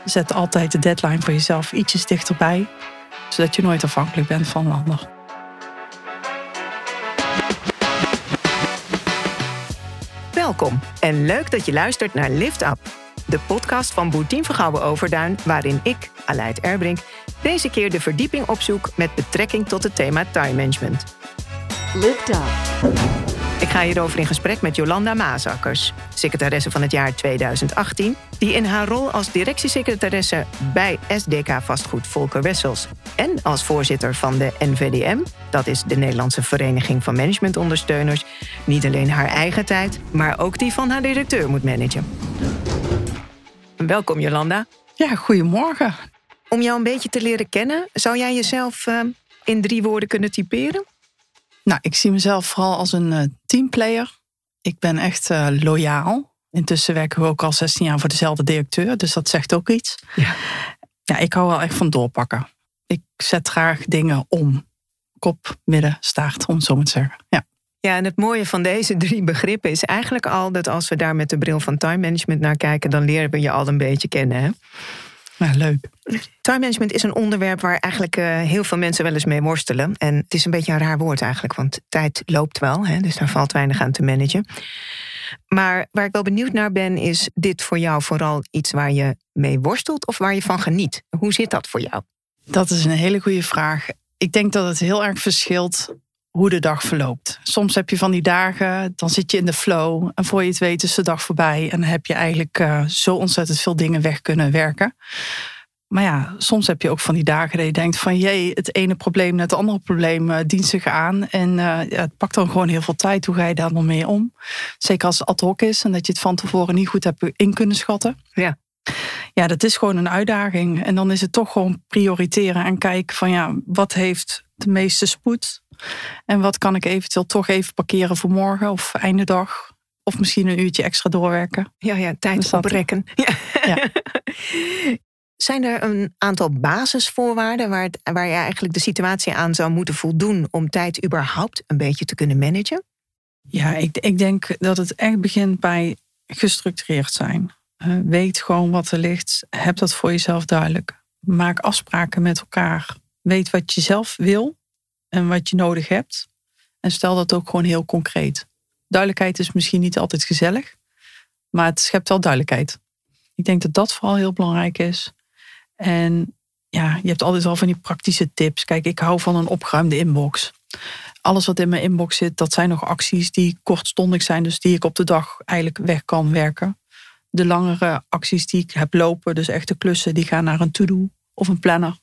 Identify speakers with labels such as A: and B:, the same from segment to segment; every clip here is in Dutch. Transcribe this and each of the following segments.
A: Zet altijd de deadline voor jezelf ietsjes dichterbij, zodat je nooit afhankelijk bent van een ander.
B: Welkom en leuk dat je luistert naar Lift Up, de podcast van Boertien Vergouwen Overduin, waarin ik, Aleid Erbrink, deze keer de verdieping opzoek met betrekking tot het thema time management. Lift Up. Ik ga hierover in gesprek met Jolanda Maasakkers, secretaresse van het jaar 2018... die in haar rol als directiesecretaresse bij SDK Vastgoed Volker Wessels en als voorzitter van de NVDM, dat is de Nederlandse Vereniging van Managementondersteuners, niet alleen haar eigen tijd, maar ook die van haar directeur moet managen. Welkom Jolanda.
A: Ja, goedemorgen.
B: Om jou een beetje te leren kennen, zou jij jezelf in 3 woorden kunnen typeren?
A: Nou, ik zie mezelf vooral als een teamplayer. Ik ben echt loyaal. Intussen werken we ook al 16 jaar voor dezelfde directeur, dus dat zegt ook iets. Ja, ik hou wel echt van doorpakken. Ik zet graag dingen om. Kop, midden, staart, om het zo maar te zeggen.
B: Ja, en het mooie van deze 3 begrippen is eigenlijk al dat als we daar met de bril van time management naar kijken, dan leren we je al een beetje kennen, hè?
A: Ja, leuk.
B: Time management is een onderwerp waar eigenlijk heel veel mensen wel eens mee worstelen. En het is een beetje een raar woord eigenlijk, want tijd loopt wel, hè, dus daar valt weinig aan te managen. Maar waar ik wel benieuwd naar ben, is dit voor jou vooral iets waar je mee worstelt of waar je van geniet? Hoe zit dat voor jou?
A: Dat is een hele goede vraag. Ik denk dat het heel erg verschilt hoe de dag verloopt. Soms heb je van die dagen, dan zit je in de flow en voor je het weet is de dag voorbij en dan heb je eigenlijk zo ontzettend veel dingen weg kunnen werken. Maar ja, soms heb je ook van die dagen dat je denkt van jee, het ene probleem net het andere probleem dient zich aan. En het pakt dan gewoon heel veel tijd. Hoe ga je daar dan mee om? Zeker als het ad hoc is en dat je het van tevoren niet goed hebt in kunnen schatten. Ja, dat is gewoon een uitdaging. En dan is het toch gewoon prioriteren en kijken van ja, wat heeft de meeste spoed? En wat kan ik eventueel toch even parkeren voor morgen of einde dag? Of misschien een uurtje extra doorwerken.
B: Ja, tijd oprekken. Ja. Zijn er een aantal basisvoorwaarden waar je eigenlijk de situatie aan zou moeten voldoen om tijd überhaupt een beetje te kunnen managen? Ja,
A: ik denk dat het echt begint bij gestructureerd zijn. Weet gewoon wat er ligt. Heb dat voor jezelf duidelijk. Maak afspraken met elkaar. Weet wat je zelf wil en wat je nodig hebt. En stel dat ook gewoon heel concreet. Duidelijkheid is misschien niet altijd gezellig, maar het schept wel duidelijkheid. Ik denk dat dat vooral heel belangrijk is. En ja, je hebt altijd al van die praktische tips. Kijk, ik hou van een opgeruimde inbox. Alles wat in mijn inbox zit, dat zijn nog acties die kortstondig zijn, dus die ik op de dag eigenlijk weg kan werken. De langere acties die ik heb lopen, dus echte klussen, die gaan naar een to-do of een planner.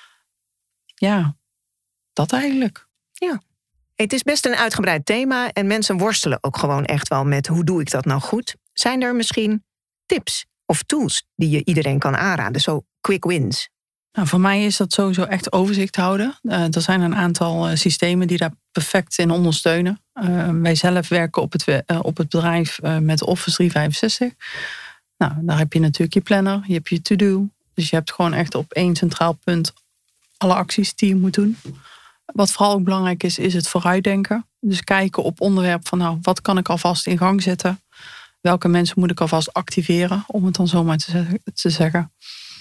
A: Ja, dat eigenlijk.
B: Ja. Het is best een uitgebreid thema en mensen worstelen ook gewoon echt wel met hoe doe ik dat nou goed. Zijn er misschien tips of tools die je iedereen kan aanraden, zo quick wins?
A: Nou, voor mij is dat sowieso echt overzicht houden. Er zijn een aantal systemen die daar perfect in ondersteunen. Wij zelf werken op het bedrijf met Office 365. Nou, daar heb je natuurlijk je planner, je hebt je to-do. Dus je hebt gewoon echt op 1 centraal punt alle acties die je moet doen. Wat vooral ook belangrijk is het vooruitdenken. Dus kijken op onderwerp van nou, wat kan ik alvast in gang zetten? Welke mensen moet ik alvast activeren, om het dan zomaar te zeggen.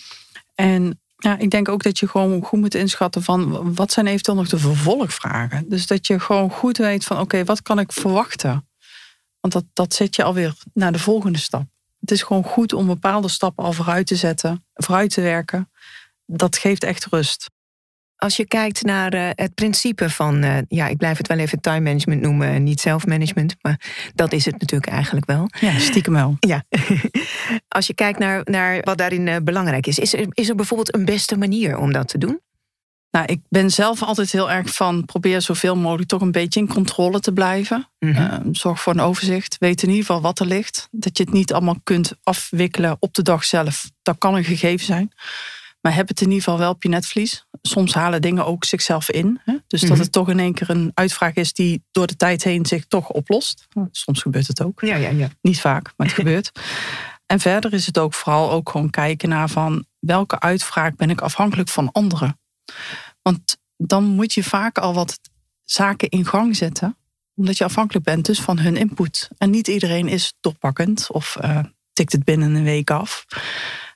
A: En ja, ik denk ook dat je gewoon goed moet inschatten van wat zijn eventueel nog de vervolgvragen. Dus dat je gewoon goed weet van oké, wat kan ik verwachten? Want dat zet je alweer naar de volgende stap. Het is gewoon goed om bepaalde stappen al vooruit te zetten, vooruit te werken. Dat geeft echt rust.
B: Als je kijkt naar het principe van, ik blijf het wel even time management noemen, niet zelfmanagement, maar dat is het natuurlijk eigenlijk wel.
A: Ja, stiekem wel.
B: Ja. Als je kijkt naar wat daarin belangrijk is er bijvoorbeeld een beste manier om dat te doen?
A: Nou, ik ben zelf altijd heel erg van probeer zoveel mogelijk toch een beetje in controle te blijven. Mm-hmm. Zorg voor een overzicht. Weet in ieder geval wat er ligt. Dat je het niet allemaal kunt afwikkelen op de dag zelf. Dat kan een gegeven zijn. Maar heb het in ieder geval wel op je netvlies. Soms halen dingen ook zichzelf in. Hè? Dus dat het toch in één keer een uitvraag is die door de tijd heen zich toch oplost. Soms gebeurt het ook.
B: Ja.
A: Niet vaak, maar het gebeurt. En verder is het ook vooral ook gewoon kijken naar van welke uitvraag ben ik afhankelijk van anderen. Want dan moet je vaak al wat zaken in gang zetten. Omdat je afhankelijk bent dus van hun input. En niet iedereen is doorpakkend of tikt het binnen een week af.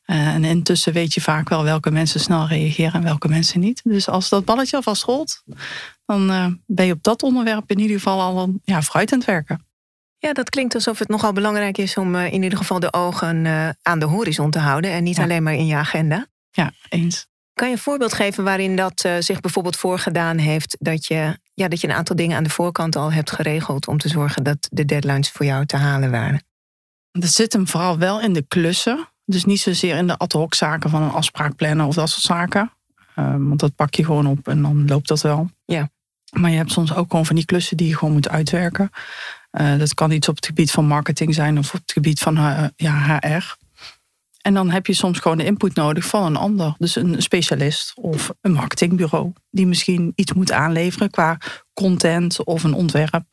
A: En intussen weet je vaak wel welke mensen snel reageren en welke mensen niet. Dus als dat balletje alvast rolt, dan ben je op dat onderwerp in ieder geval al vooruit aan het werken.
B: Ja, dat klinkt alsof het nogal belangrijk is om in ieder geval de ogen aan de horizon te houden en niet alleen maar in je agenda.
A: Ja, eens.
B: Kan je een voorbeeld geven waarin dat zich bijvoorbeeld voorgedaan heeft dat je een aantal dingen aan de voorkant al hebt geregeld om te zorgen dat de deadlines voor jou te halen waren?
A: Dat zit hem vooral wel in de klussen. Dus niet zozeer in de ad hoc zaken van een afspraak plannen of dat soort zaken. Want dat pak je gewoon op en dan loopt dat wel.
B: Ja.
A: Maar je hebt soms ook gewoon van die klussen die je gewoon moet uitwerken. Dat kan iets op het gebied van marketing zijn of op het gebied van HR. En dan heb je soms gewoon de input nodig van een ander. Dus een specialist of een marketingbureau die misschien iets moet aanleveren qua content of een ontwerp.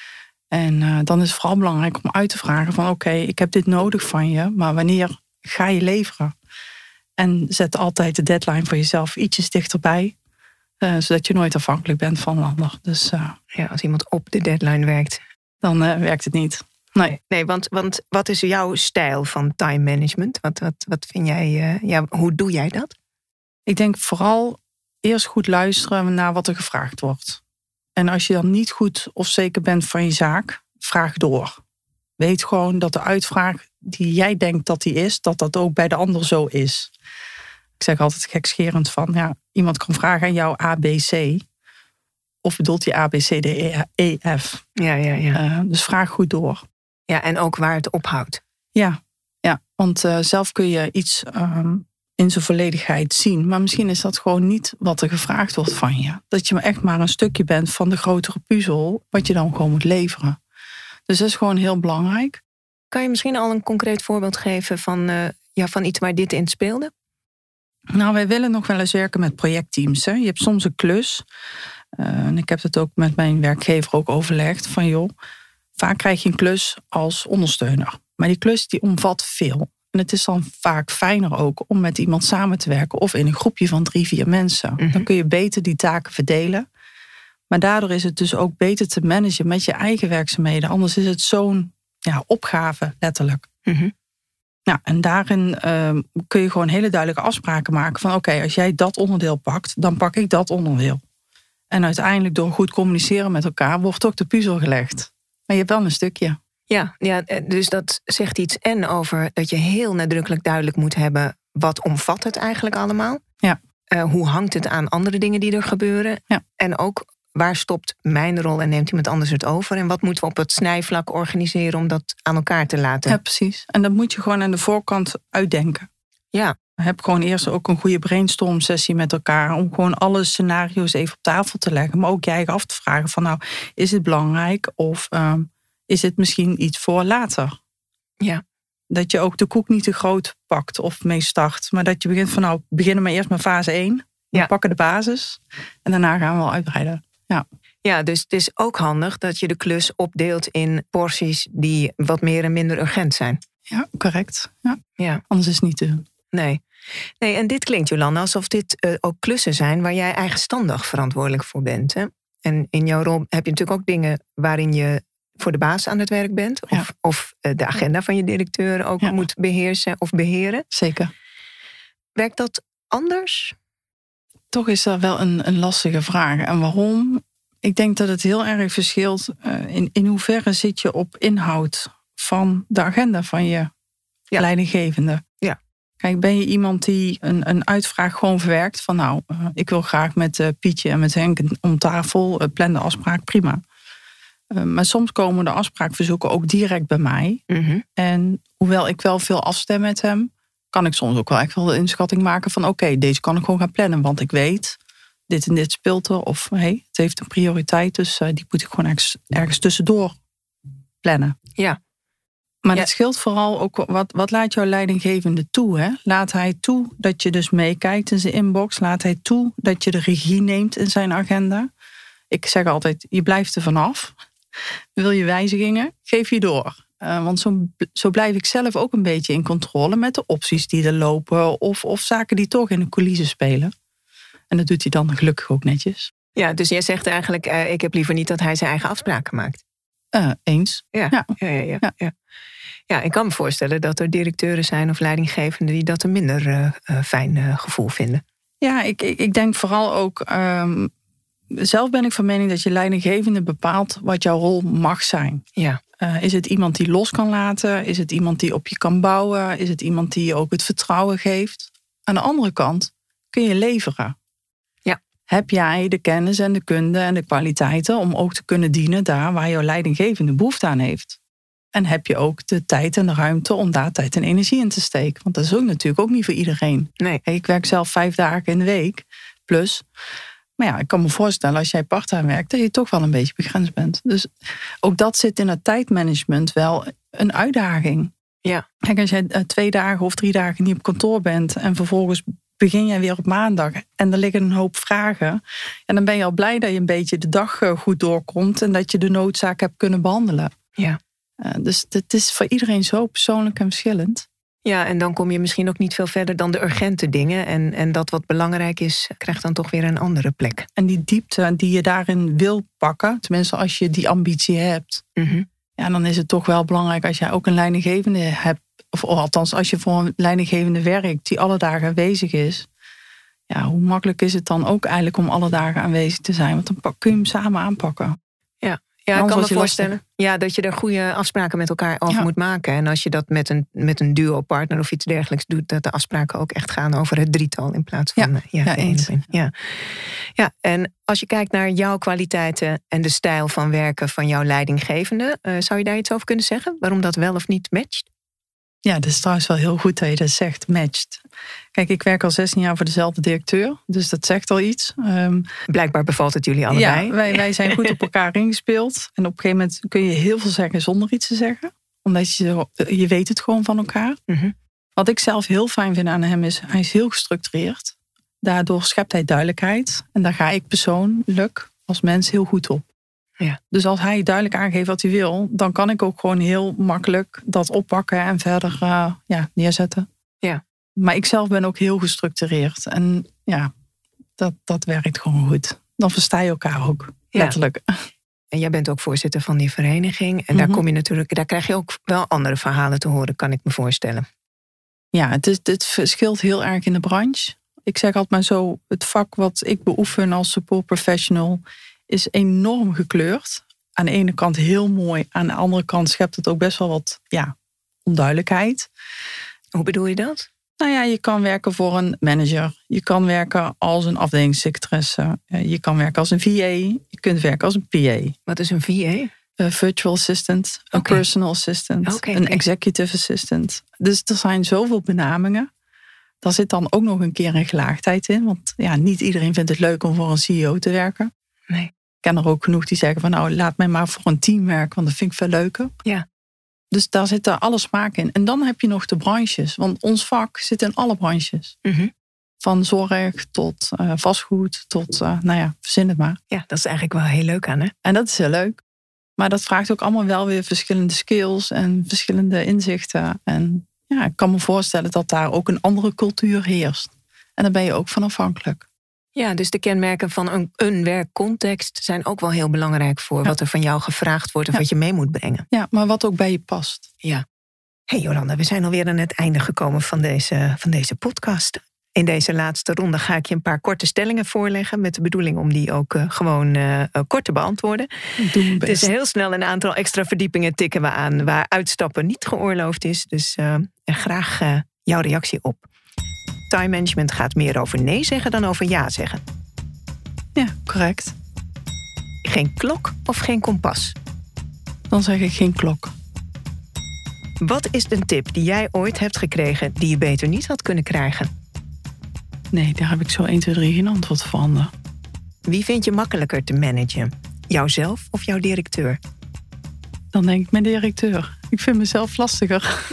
A: En dan is het vooral belangrijk om uit te vragen van oké, ik heb dit nodig van je, maar wanneer ga je leveren? En zet altijd de deadline voor jezelf ietsjes dichterbij, zodat je nooit afhankelijk bent van een ander. Dus,
B: als iemand op de deadline werkt,
A: dan werkt het niet.
B: Nee, want wat is jouw stijl van time management? Wat vind jij, hoe doe jij dat?
A: Ik denk vooral eerst goed luisteren naar wat er gevraagd wordt. En als je dan niet goed of zeker bent van je zaak, vraag door. Weet gewoon dat de uitvraag die jij denkt dat die is, dat dat ook bij de ander zo is. Ik zeg altijd gekscherend van, iemand kan vragen aan jou ABC. Of bedoelt hij A, B, C, D, E, F?
B: Ja.
A: Dus vraag goed door.
B: Ja, en ook waar het ophoudt.
A: Ja, want zelf kun je iets in zijn volledigheid zien. Maar misschien is dat gewoon niet wat er gevraagd wordt van je. Dat je echt maar een stukje bent van de grotere puzzel, wat je dan gewoon moet leveren. Dus dat is gewoon heel belangrijk.
B: Kan je misschien al een concreet voorbeeld geven van iets waar dit in speelde?
A: Nou, wij willen nog wel eens werken met projectteams. Hè. Je hebt soms een klus. En ik heb het ook met mijn werkgever ook overlegd. Van joh, vaak krijg je een klus als ondersteuner. Maar die klus die omvat veel. En het is dan vaak fijner ook om met iemand samen te werken. Of in een groepje van 3-4 mensen. Mm-hmm. Dan kun je beter die taken verdelen. Maar daardoor is het dus ook beter te managen met je eigen werkzaamheden. Anders is het zo'n opgave, letterlijk.
B: Mm-hmm.
A: Nou, en daarin kun je gewoon hele duidelijke afspraken maken. Van oké, als jij dat onderdeel pakt, dan pak ik dat onderdeel. En uiteindelijk door goed communiceren met elkaar wordt ook de puzzel gelegd. Maar je hebt wel een stukje.
B: Ja, dus dat zegt iets en over dat je heel nadrukkelijk duidelijk moet hebben, wat omvat het eigenlijk allemaal?
A: Ja.
B: Hoe hangt het aan andere dingen die er gebeuren?
A: Ja.
B: En ook, waar stopt mijn rol en neemt iemand anders het over? En wat moeten we op het snijvlak organiseren om dat aan elkaar te laten?
A: Ja, precies. En dat moet je gewoon aan de voorkant uitdenken.
B: Ja.
A: Heb gewoon eerst ook een goede brainstorm sessie met elkaar. Om gewoon alle scenario's even op tafel te leggen. Maar ook je eigen af te vragen van is het belangrijk? Of is het misschien iets voor later?
B: Ja.
A: Dat je ook de koek niet te groot pakt of mee start. Maar dat je begint van beginnen maar eerst met fase 1. We pakken de basis. En daarna gaan we wel uitbreiden.
B: Ja, dus het is ook handig dat je de klus opdeelt in porties die wat meer en minder urgent zijn.
A: Ja, correct.
B: Ja.
A: Anders is het niet te doen.
B: Nee, en dit klinkt, Jolanda, alsof dit ook klussen zijn waar jij eigenstandig verantwoordelijk voor bent. Hè? En in jouw rol heb je natuurlijk ook dingen waarin je voor de baas aan het werk bent. Of de agenda van je directeur ook moet beheersen of beheren.
A: Zeker.
B: Werkt dat anders?
A: Toch is dat wel een lastige vraag. En waarom? Ik denk dat het heel erg verschilt in hoeverre zit je op inhoud van de agenda van je leidinggevende.
B: Ja.
A: Kijk, ben je iemand die een uitvraag gewoon verwerkt van ik wil graag met Pietje en met Henk om tafel, plan de afspraak, prima. Maar soms komen de afspraakverzoeken ook direct bij mij.
B: Mm-hmm.
A: En hoewel ik wel veel afstem met hem, kan ik soms ook wel echt wel de inschatting maken van oké, deze kan ik gewoon gaan plannen, want ik weet dit en dit speelt er. Of het heeft een prioriteit, dus die moet ik gewoon ergens tussendoor plannen.
B: Ja.
A: Maar het scheelt vooral ook, wat laat jouw leidinggevende toe? Hè? Laat hij toe dat je dus meekijkt in zijn inbox? Laat hij toe dat je de regie neemt in zijn agenda? Ik zeg altijd, je blijft er vanaf. Wil je wijzigingen? Geef je door. Want zo blijf ik zelf ook een beetje in controle met de opties die er lopen. Of zaken die toch in de coulissen spelen. En dat doet hij dan gelukkig ook netjes.
B: Ja, dus jij zegt eigenlijk, ik heb liever niet dat hij zijn eigen afspraken maakt.
A: Eens.
B: Ja. Ja, ik kan me voorstellen dat er directeuren zijn of leidinggevenden die dat een minder fijn gevoel vinden.
A: Ja, ik denk vooral ook... zelf ben ik van mening dat je leidinggevende bepaalt wat jouw rol mag zijn.
B: Ja.
A: Is het iemand die los kan laten? Is het iemand die op je kan bouwen? Is het iemand die je ook het vertrouwen geeft? Aan de andere kant kun je leveren.
B: Ja.
A: Heb jij de kennis en de kunde en de kwaliteiten om ook te kunnen dienen daar waar jouw leidinggevende behoefte aan heeft? En heb je ook de tijd en de ruimte om daar tijd en energie in te steken? Want dat is ook natuurlijk ook niet voor iedereen.
B: Nee.
A: Ik werk zelf 5 dagen in de week, plus. Maar ja, ik kan me voorstellen als jij part-time werkt, dat je toch wel een beetje begrensd bent. Dus ook dat zit in het tijdmanagement wel een uitdaging.
B: Ja.
A: Kijk, als jij 2 dagen of 3 dagen niet op kantoor bent en vervolgens begin jij weer op maandag en er liggen een hoop vragen, en dan ben je al blij dat je een beetje de dag goed doorkomt en dat je de noodzaak hebt kunnen behandelen.
B: Ja.
A: Dus het is voor iedereen zo persoonlijk en verschillend.
B: Ja, en dan kom je misschien ook niet veel verder dan de urgente dingen. En dat wat belangrijk is, krijgt dan toch weer een andere plek.
A: En die diepte die je daarin wil pakken, tenminste als je die ambitie hebt, ja, dan is het toch wel belangrijk als jij ook een leidinggevende hebt, of althans als je voor een leidinggevende werkt die alle dagen aanwezig is. Ja, hoe makkelijk is het dan ook eigenlijk om alle dagen aanwezig te zijn? Want dan kun je hem samen aanpakken.
B: Ja, ik kan me voorstellen dat je er goede afspraken met elkaar over moet maken. En als je dat met een duo-partner of iets dergelijks doet, dat de afspraken ook echt gaan over het drietal in plaats van
A: eens.
B: Ja, en als je kijkt naar jouw kwaliteiten en de stijl van werken van jouw leidinggevende, zou je daar iets over kunnen zeggen? Waarom dat wel of niet matcht?
A: Ja, dat is trouwens wel heel goed dat je dat zegt, matcht. Kijk, ik werk al 16 jaar voor dezelfde directeur, dus dat zegt al iets.
B: Blijkbaar bevalt het jullie allebei.
A: Ja, wij zijn goed op elkaar ingespeeld. En op een gegeven moment kun je heel veel zeggen zonder iets te zeggen. Omdat je weet het gewoon van elkaar. Wat ik zelf heel fijn vind aan hem is, hij is heel gestructureerd. Daardoor schept hij duidelijkheid. En daar ga ik persoonlijk als mens heel goed op.
B: Ja.
A: Dus als hij duidelijk aangeeft wat hij wil, dan kan ik ook gewoon heel makkelijk dat oppakken en verder neerzetten.
B: Ja.
A: Maar ik zelf ben ook heel gestructureerd. En ja, dat werkt gewoon goed. Dan versta je elkaar ook, letterlijk.
B: En jij bent ook voorzitter van die vereniging. En daar krijg je ook wel andere verhalen te horen, kan ik me voorstellen.
A: Ja, het verschilt heel erg in de branche. Ik zeg altijd maar zo, het vak wat ik beoefen als support professional is enorm gekleurd. Aan de ene kant heel mooi. Aan de andere kant schept het ook best wel wat onduidelijkheid.
B: Hoe bedoel je dat?
A: Nou ja, je kan werken voor een manager. Je kan werken als een afdelingssecretaresse. Je kan werken als een VA. Je kunt werken als een PA.
B: Wat is een VA?
A: Een virtual assistant, een personal assistant, een executive assistant. Dus er zijn zoveel benamingen. Daar zit dan ook nog een keer een gelaagdheid in. Want niet iedereen vindt het leuk om voor een CEO te werken.
B: Nee.
A: Ik ken er ook genoeg die zeggen van laat mij maar voor een team werken, want dat vind ik veel leuker.
B: Ja.
A: Dus daar zit er alle smaak in. En dan heb je nog de branches. Want ons vak zit in alle branches. Van zorg tot vastgoed tot, verzin het maar.
B: Ja, dat is eigenlijk wel heel leuk aan, hè?
A: En dat is heel leuk. Maar dat vraagt ook allemaal wel weer verschillende skills en verschillende inzichten. En ik kan me voorstellen dat daar ook een andere cultuur heerst. En daar ben je ook van afhankelijk.
B: Ja, dus de kenmerken van een werkcontext zijn ook wel heel belangrijk voor wat er van jou gevraagd wordt of wat je mee moet brengen.
A: Ja, maar wat ook bij je past.
B: Ja. Hey Jolanda, we zijn alweer aan het einde gekomen van deze podcast. In deze laatste ronde ga ik je een paar korte stellingen voorleggen met de bedoeling om die ook gewoon kort te beantwoorden.
A: Doe mijn best.
B: Dus heel snel een aantal extra verdiepingen tikken we aan waar uitstappen niet geoorloofd is. Dus graag jouw reactie op. Time management gaat meer over nee zeggen dan over ja zeggen.
A: Ja, correct.
B: Geen klok of geen kompas?
A: Dan zeg ik geen klok.
B: Wat is een tip die jij ooit hebt gekregen die je beter niet had kunnen krijgen?
A: Nee, daar heb ik zo 1, 2, 3 geen antwoord van.
B: Wie vind je makkelijker te managen? Jouzelf of jouw directeur?
A: Dan denk ik mijn directeur. Ik vind mezelf lastiger.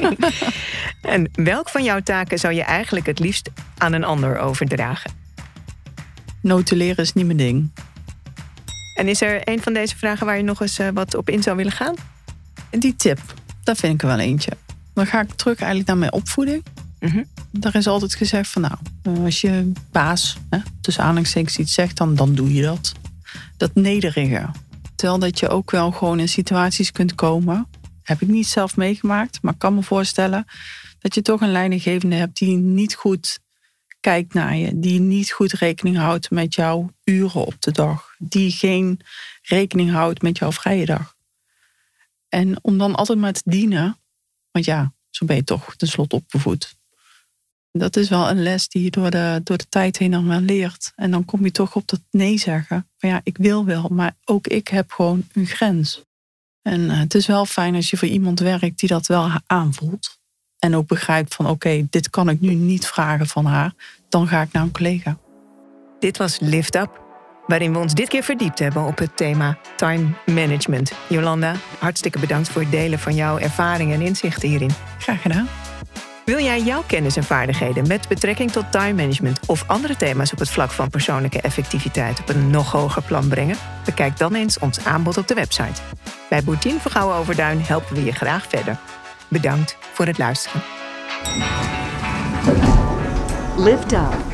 B: En welk van jouw taken zou je eigenlijk het liefst aan een ander overdragen?
A: Notuleren is niet mijn ding.
B: En is er een van deze vragen waar je nog eens wat op in zou willen gaan?
A: Die tip, daar vind ik er wel eentje. Dan ga ik terug eigenlijk naar mijn opvoeding. Daar is altijd gezegd van als je baas tussen aanhalingstekens iets zegt, dan doe je dat. Dat nederige. Het stel dat je ook wel gewoon in situaties kunt komen. Heb ik niet zelf meegemaakt, maar ik kan me voorstellen dat je toch een leidinggevende hebt die niet goed kijkt naar je. Die niet goed rekening houdt met jouw uren op de dag. Die geen rekening houdt met jouw vrije dag. En om dan altijd maar te dienen, want ja, zo ben je toch tenslotte opgevoed. Dat is wel een les die je door de tijd heen nog wel leert. En dan kom je toch op dat nee zeggen. Van ja, ik wil wel, maar ook ik heb gewoon een grens. En het is wel fijn als je voor iemand werkt die dat wel aanvoelt. En ook begrijpt van oké, dit kan ik nu niet vragen van haar. Dan ga ik naar een collega.
B: Dit was Lift Up, waarin we ons dit keer verdiept hebben op het thema time management. Jolanda, hartstikke bedankt voor het delen van jouw ervaringen en inzichten hierin.
A: Graag gedaan.
B: Wil jij jouw kennis en vaardigheden met betrekking tot time management of andere thema's op het vlak van persoonlijke effectiviteit op een nog hoger plan brengen? Bekijk dan eens ons aanbod op de website. Bij Boertien Vergouwen Overduin helpen we je graag verder. Bedankt voor het luisteren.
C: Lift Up.